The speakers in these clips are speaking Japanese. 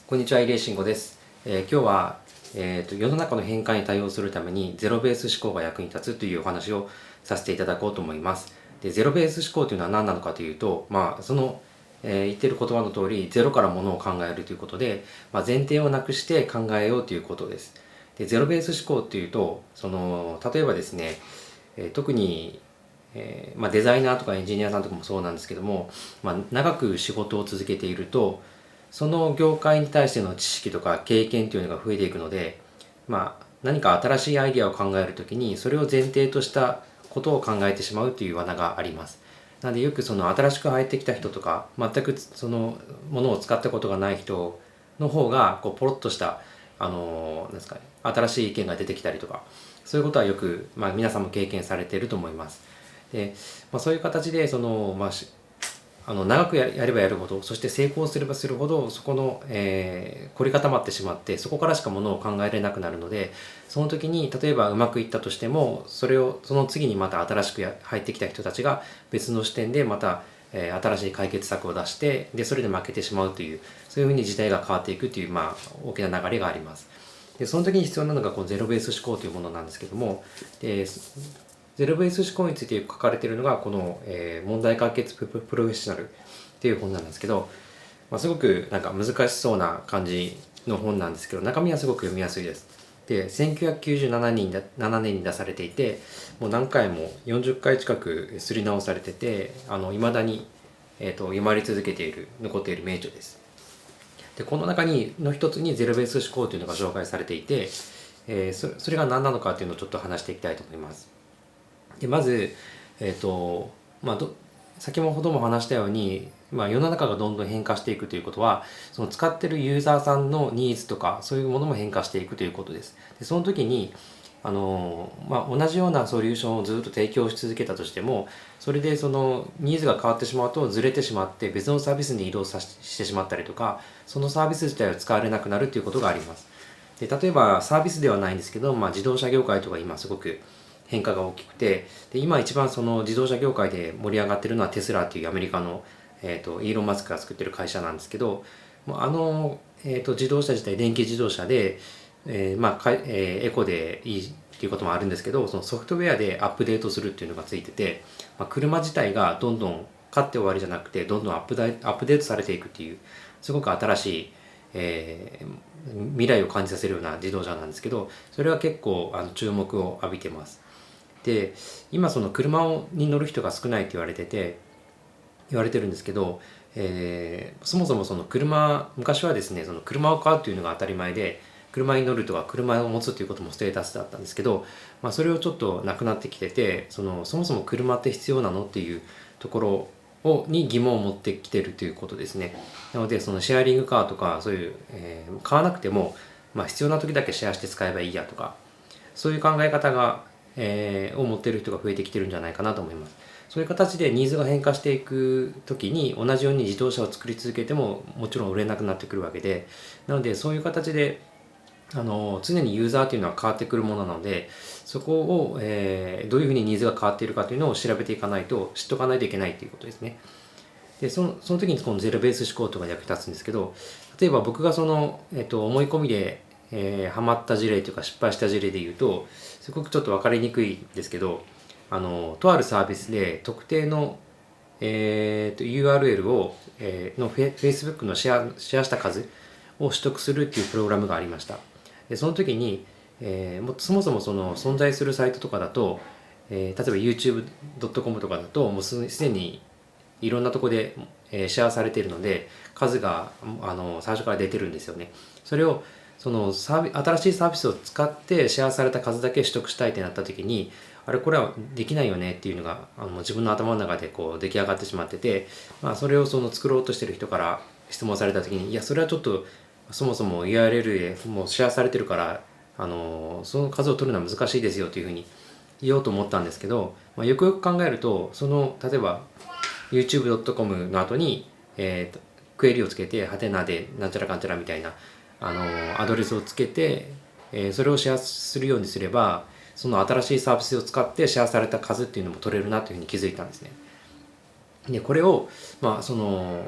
こんにちは、入江慎吾です。今日は、世の中の変化に対応するためにゼロベース思考が役に立つというお話をさせていただこうと思います。で、ゼロベース思考というのは何なのかというと、言ってる言葉の通り、ゼロからものを考えるということで、前提をなくして考えようということです。で、ゼロベース思考というと、例えばですね、特にデザイナーとかエンジニアさんとかもそうなんですけども、長く仕事を続けているとその業界に対しての知識とか経験というのが増えていくので、何か新しいアイデアを考えるときにそれを前提としたことを考えてしまうという罠があります。なのでよくその新しく入ってきた人とか全くそのものを使ったことがない人の方がこうポロッとしたなんですかね、新しい意見が出てきたりとかそういうことはよく、皆さんも経験されていると思います。で、そういう形で長くやればやるほど、そして成功すればするほどそこの、凝り固まってしまってそこからしかものを考えれなくなるので、その時に例えばうまくいったとしてもその次にまた新しく入ってきた人たちが別の視点でまた、新しい解決策を出してそれで負けてしまうというそういうふうに時代が変わっていくという、大きな流れがあります。でその時に必要なのがこうゼロベース思考というものなんですけども、ゼロベース思考について書かれているのがこの、問題解決プロフェッショナルっていう本なんですけど、すごくなんか難しそうな感じの本なんですけど中身はすごく読みやすいです。で1997年に出されていて、もう何回も40回近く刷り直されてて未だに、読まれ続けている残っている名著です。でこの中の一つにゼロベース思考というのが紹介されていて、それが何なのかというのをちょっと話していきたいと思います。でまず、えっ、とまあ、先ほども話したように、世の中がどんどん変化していくということはその使ってるユーザーさんのニーズとかそういうものも変化していくということです。でその時に同じようなソリューションをずっと提供し続けたとしてもそれでそのニーズが変わってしまうとずれてしまって別のサービスに移動してしまったりとかそのサービス自体を使われなくなるということがあります。で例えばサービスではないんですけど、自動車業界とか今すごく変化が大きくて、で今一番その自動車業界で盛り上がってるのはテスラというアメリカの、イーロン・マスクが作ってる会社なんですけど、自動車自体電気自動車で、エコでいいっていうこともあるんですけどそのソフトウェアでアップデートするっていうのがついてて、車自体がどんどん買って終わりじゃなくてどんどんアップデートされていくっていうすごく新しい、未来を感じさせるような自動車なんですけどそれは結構注目を浴びてます。で今その車に乗る人が少ないって言われてるんですけど、そもそもその昔はですねその車を買うというのが当たり前で車に乗るとか車を持つということもステータスだったんですけど、それをちょっとなくなってきててそもそも車って必要なのっていうところに疑問を持ってきてるということですね。なのでそのシェアリングカーとかそういう、買わなくても、必要な時だけシェアして使えばいいやとかそういう考え方を持っている人が増えてきてるんじゃないかなと思います。そういう形でニーズが変化していく時に同じように自動車を作り続けてももちろん売れなくなってくるわけで、なのでそういう形で常にユーザーというのは変わってくるものなのでそこを、どういうふうにニーズが変わっているかというのを調べていかないと知っておかないといけないということですね。でその時にこのゼロベース思考とか役立つんですけど、例えば僕が思い込みでハマった事例というか失敗した事例で言うとすごくちょっと分かりにくいんですけどとあるサービスで特定の、URL のFacebook のシェアした数を取得するっていうプログラムがありました。でその時に、そもそもその存在するサイトとかだと、例えば YouTube.com とかだともうすでにいろんなとこで、シェアされているので数が最初から出てるんですよね。それを新しいサービスを使ってシェアされた数だけ取得したいってなった時にこれはできないよねっていうのが自分の頭の中でこう出来上がってしまってて、それを作ろうとしてる人から質問された時にいやそれはちょっとそもそも URL でもうシェアされてるからその数を取るのは難しいですよというふうに言おうと思ったんですけど、よくよく考えると例えば youtube.com の後に、クエリをつけてハテナでなんちゃらかんちゃらみたいなアドレスをつけて、それをシェアするようにすればその新しいサービスを使ってシェアされた数っていうのも取れるなというふうに気づいたんですね。でこれを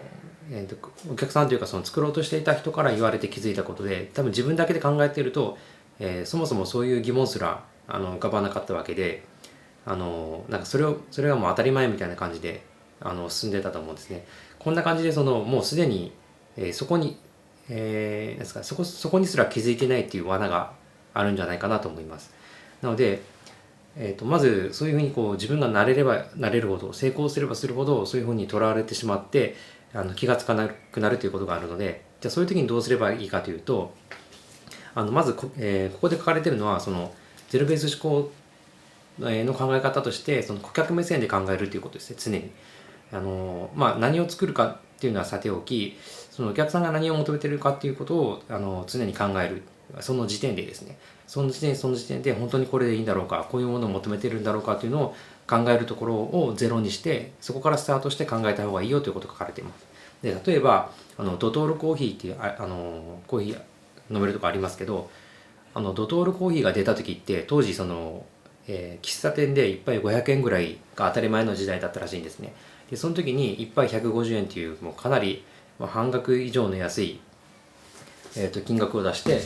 お客さんというかその作ろうとしていた人から言われて気づいたことで、多分自分だけで考えていると、そもそもそういう疑問すら浮かばなかったわけで、なんかそれはもう当たり前みたいな感じで進んでたと思うんですね。こんな感じでもうすでに、そこに、なんですか、そこにすら気づいてないっていう罠があるんじゃないかなと思います。なので、まずそういうふうに自分が慣れれば慣れるほど、成功すればするほどそういうふうにとらわれてしまって気がつかなくなるということがあるので、じゃあそういう時にどうすればいいかというと、まずここで書かれているのはゼロベース思考の考え方として、その顧客目線で考えるということですね。常に何を作るかっていうのはさておき、そのお客さんが何を求めているかっていうことを常に考える。その時点でですね、その時点で本当にこれでいいんだろうか、こういうものを求めてるんだろうかというのを考えるところをゼロにして、そこからスタートして考えた方がいいよということが書かれています。で、例えばドトールコーヒーっていうコーヒー飲めるとこありますけど、ドトールコーヒーが出た時って当時喫茶店で1杯500円ぐらいが当たり前の時代だったらしいんですね。でその時に1杯150円というもうかなり半額以上の安い、金額を出して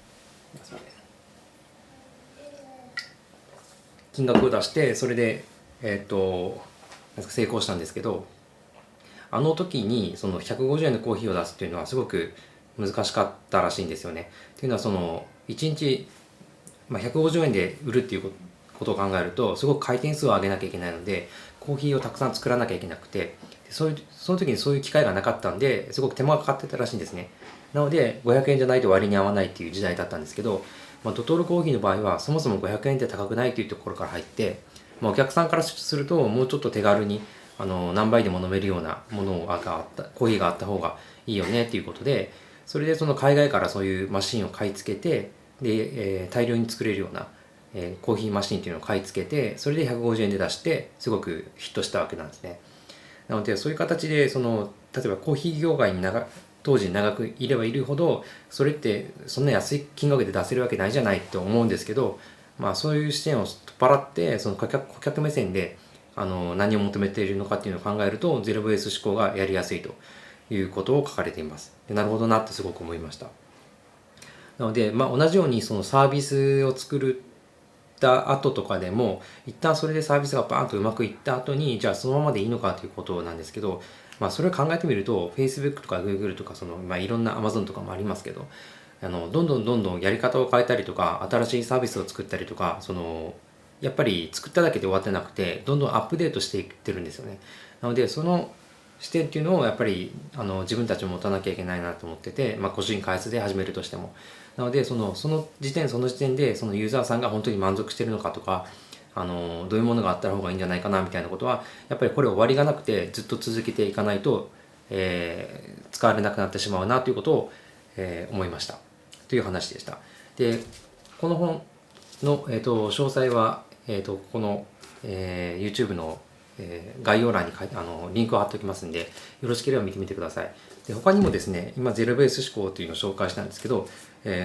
それで、成功したんですけど、あの時にその150円のコーヒーを出すっていうのはすごく難しかったらしいんですよね。っていうのは1日、150円で売るっていうことを考えるとすごく回転数を上げなきゃいけないので、コーヒーをたくさん作らなきゃいけなくて、その時にそういう機会がなかったんですごく手間がかかってたらしいんですね。なので500円じゃないと割に合わないっていう時代だったんですけど、ドトールコーヒーの場合はそもそも500円って高くないというところから入って、お客さんからするともうちょっと手軽に何杯でも飲めるようなものがあったコーヒーがあった方がいいよねっていうことで、それで海外からそういうマシンを買い付けて、で、大量に作れるような、コーヒーマシンっていうのを買い付けて、それで150円で出してすごくヒットしたわけなんですね。なのでそういう形で例えばコーヒー業界に当時長くいればいるほど、それってそんな安い金額で出せるわけないじゃないって思うんですけど、そういう視点を取っ払って顧客目線で何を求めているのかっていうのを考えると、ゼロベース思考がやりやすいということを書かれています。でなるほどなってすごく思いました。なので、同じようにそのサービスを作った後とかでも、一旦それでサービスがバーンとうまくいった後に、じゃあそのままでいいのかということなんですけど、それを考えてみると Facebook とか Google とかいろんな Amazon とかもありますけど、どんどんやり方を変えたりとか、新しいサービスを作ったりとか、やっぱり作っただけで終わってなくて、どんどんアップデートしていってるんですよね。なのでその視点っていうのをやっぱり自分たちも持たなきゃいけないなと思ってて、個人開発で始めるとしても。なのでその時点でそのユーザーさんが本当に満足してるのかとか、どういうものがあった方がいいんじゃないかなみたいなことは、やっぱりこれ終わりがなくてずっと続けていかないと、使われなくなってしまうなということを、思いましたという話でした。でこの本の、詳細は、この、YouTube の概要欄にリンクを貼っておきますんで、よろしければ見てみてください。で他にもですね、今ゼロベース思考というのを紹介したんですけど、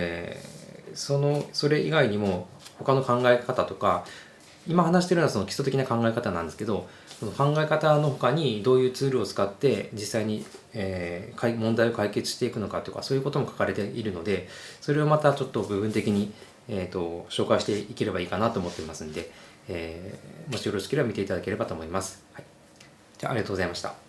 それ以外にも他の考え方とか、今話しているのはその基礎的な考え方なんですけど、その考え方の他にどういうツールを使って実際に、問題を解決していくのかとか、そういうことも書かれているので、それをまたちょっと部分的に、紹介していければいいかなと思っていますので、もしよろしければ見ていただければと思います。はい、じゃあ、ありがとうございました。